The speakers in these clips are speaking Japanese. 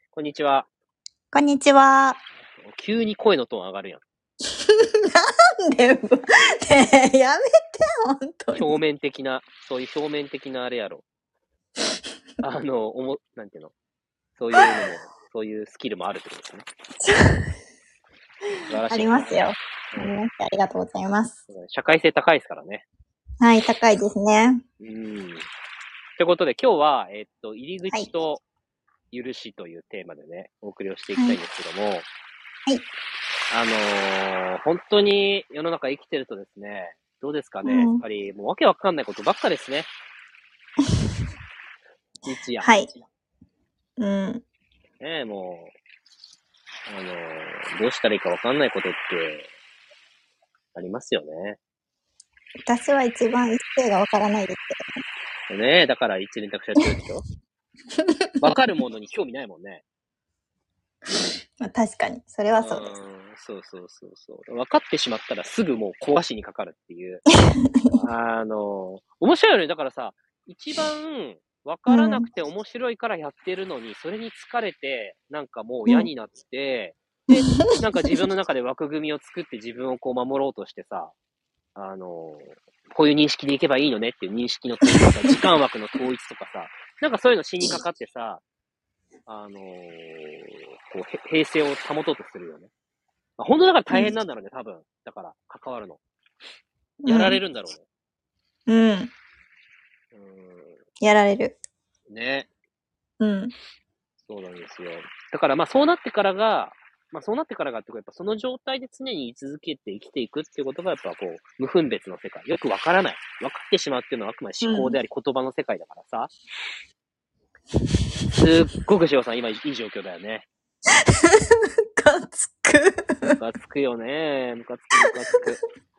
こんにちは。 こんにちは。 急に声のトーン上がるやん。 なんで、ねえ、やめて、ほんとに。 表面的な、そういう表面的なあれやろ。なんていうの、そういうのも、そういうスキルもあるってことですね。素晴らしい。 ありますよ。ありました。ありがとうございます。 社会性高いですからね。 はい、高いですね。 ということで、今日は、入り口と許しというテーマでね、お送りをしていきたいんですけども、本当に世の中生きてるとですね、どうですかね、やっぱりもうわけわかんないことばっかですね。日夜。 はい。 ねえ、もう、どうしたらいいかわかんないことって、ありますよね。 私は一番一世がわからないですけどね。ねえ、だから一連択肢やってるでしょわかるものに興味ないもんね。 まあ、確かに。それはそうです。 そう。分かってしまったらすぐもう壊しにかかるっていう。面白いよね。だからさ、一番分からなくて面白いからやってるのに、それに疲れて、なんかもう嫌になって、で、なんか自分の中で枠組みを作って自分をこう守ろうとしてさ、こういう認識でいけばいいのねっていう認識の統一とか、時間枠の統一とかさ、なんかそういうの死にかかってさ、こう、平静を保とうとするよね。本当だから大変なんだろうね、多分。だから、関わるの。やられるんだろうね。やられる。 ね。そうなんですよ。だからまあそうなってからがってやっぱその状態で常に居続けて生きていくっていうことがやっぱこう、無分別の世界。よくわからない。分かってしまうっていうのはあくまで思考であり言葉の世界だからさ。すっごくしおさん今いい状況だよね。 ムカつく。 ムカつくよね。ムカつく。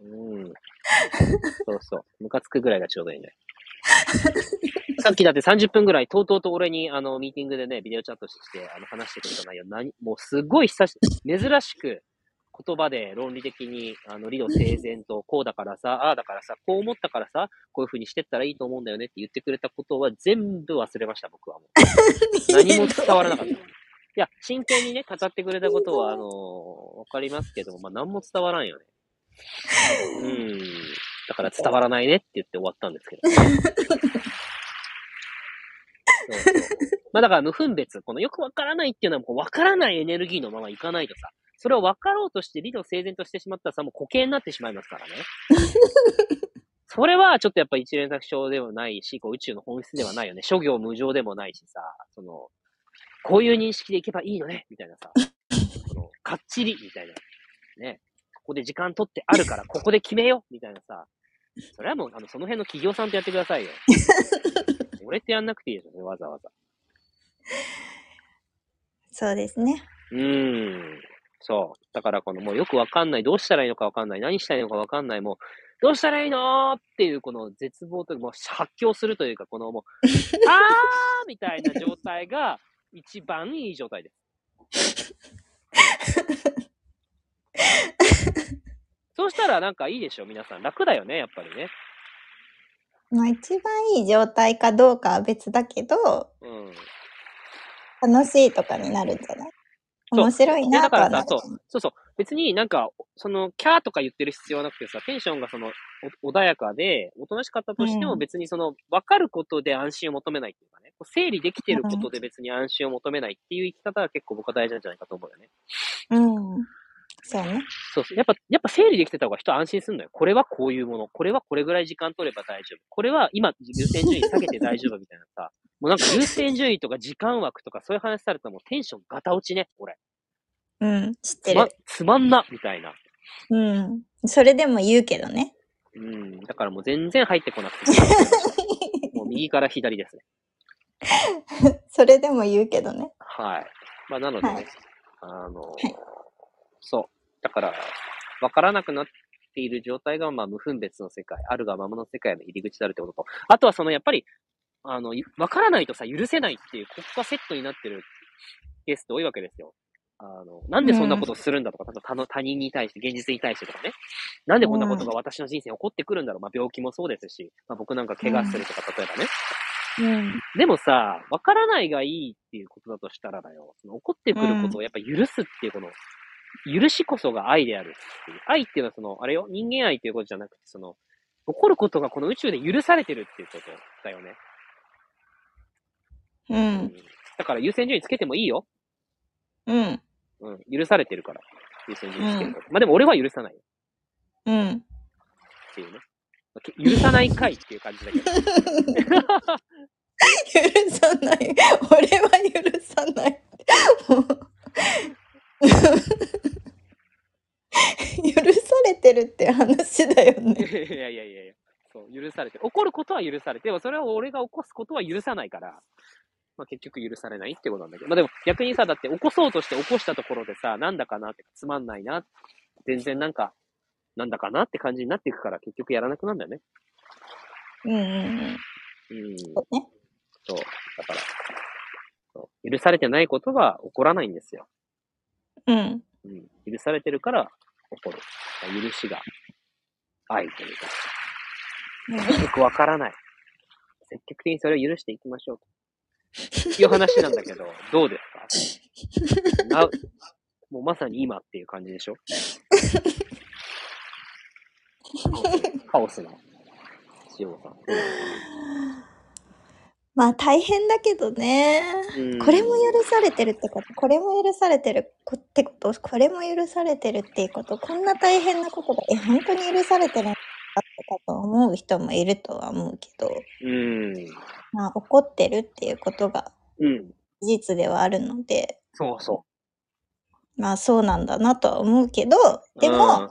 そう。ムカつくぐらいがちょうどいいね。さっきだって30分ぐらい、とうとうと俺に、ミーティングでね、ビデオチャットして、話してくれた内容、もうすごい珍しく、言葉で論理的に、理路整然と、こうだからさ、ああだからさ、こう思ったからさ、こういう風にしてったらいいと思うんだよねって言ってくれたことは全部忘れました、僕はもう。何も伝わらなかった。いや、真剣にね、語ってくれたことは、わかりますけども、まあ、何も伝わらんよね。だから伝わらないねって言って終わったんですけど。まあだから無分別、このよくわからないっていうのは、こうわからないエネルギーのままいかないとさ、それを分かろうとして理路整然としてしまったらさ、もう固形になってしまいますからね。それはちょっとやっぱ一連作症ではないし、こう宇宙の本質ではないよね。諸行無常でもないしさ、こういう認識でいけばいいのね、みたいなさ、かっちり、みたいな。ね。ここで時間取ってあるから、ここで決めようみたいなさ、それはもう、その辺の企業さんとやってくださいよ。俺ってやんなくていいですよね、わざわざ。 そうですね。 そう。だからもうよくわかんない、どうしたらいいのかわかんない、何したらいいのかわかんない、もう、どうしたらいいのっていうこの絶望というか、もう発狂するというか、このもう、あーみたいな状態が一番いい状態です。そうしたらなんかいいでしょ、皆さん。楽だよね、やっぱりね。 まあ一番いい状態かどうかは別だけど、楽しいとかになるんじゃない？面白いなとはなる。 そう。別になんか、キャーとか言ってる必要はなくてさ、テンションが穏やかで、おとなしかったとしても別に分かることで安心を求めないっていうかね、整理できてることで別に安心を求めないっていう生き方は結構僕は大事なんじゃないかと思うよね。 そうね。 そう。やっぱ整理できてた方が人安心するんだよ。これはこういうもの。これはこれぐらい時間取れば大丈夫。これは今優先順位下げて大丈夫みたいなさ。もうなんか優先順位とか時間枠とかそういう話されたらもうテンションガタ落ちね、俺。 知ってる。 つまんな、みたいな。 それでも言うけどね。 だからもう全然入ってこなくて。もう右から左ですね。 それでも言うけどね。 はい。まあなのでね、そう。だから、わからなくなっている状態が、まあ無分別の世界、あるがままの世界の入り口であるってことと、あとはやっぱり、わからないとさ、許せないっていう、ここがセットになってるケースって多いわけですよ。なんでそんなことするんだとか、他人に対して、現実に対してとかね。なんでこんなことが私の人生に起こってくるんだろう。まあ病気もそうですし、まあ僕なんか怪我するとか、例えばね。 でもさ、わからないがいいっていうことだとしたらだよ。その怒ってくることをやっぱ許すっていうこの、許しこそが愛であるっていう。愛っていうのはその、あれよ、人間愛っていうことじゃなくて、その、怒ることがこの宇宙で許されてるっていうことだよね。だから優先順位つけてもいいよ。許されてるから。優先順位つけるから。まあでも俺は許さないよ。っていうね。許さないかいっていう感じだけど。 許さない。俺は許さない。許されてるって話だよね。 いや。そう、許されてる。怒ることは許されて、でもそれを俺が起こすことは許さないから、まあ結局許されないってことなんだけど。まあでも逆にさ、だって起こそうとして起こしたところでさ、なんだかなって、つまんないな、全然なんか、なんだかなって感じになっていくから結局やらなくなるんだよね。そうね。そう。だからそう、許されてないことが起こらないんですよ。許されてるから起こる。許しが愛というか。よくわからない。積極的にそれを許していきましょうという話なんだけど、どうですか？もうまさに今っていう感じでしょ？カオスな塩さん。 まあ大変だけどね。これも許されてるってこと、これも許されてるってこと、これも許されてるっていうこと、こんな大変なことが、本当に許されてるんだってと思う人もいるとは思うけど、まあ怒ってるっていうことが事実ではあるので、 そうそう。 まあそうなんだなとは思うけど、でも、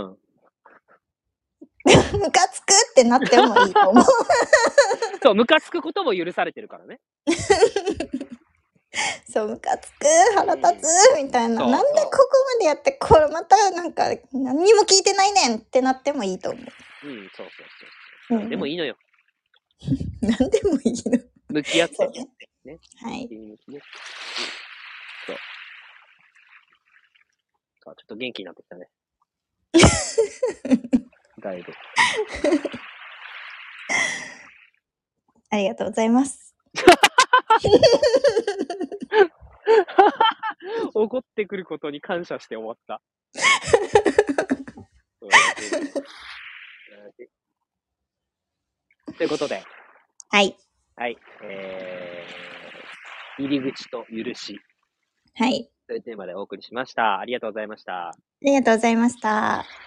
ムカつくってなってもいいと思う。 そう、ムカつくことも許されてるからね。 そう、ムカつく、腹立つ、みたいな。なんでここまでやって、これまたなんか、何にも聞いてないねんってなってもいいと思う。 そう。でもいいのよ。 なんでもいいの。 向き合ってね。はい。 そう。ちょっと元気になってきたね。だいぶ。 ありがとうございます。 怒ってくることに感謝して終わった。ということで。 はい。 はい。入り口と許し。 はい。 というテーマでお送りしました。ありがとうございました。 ありがとうございました。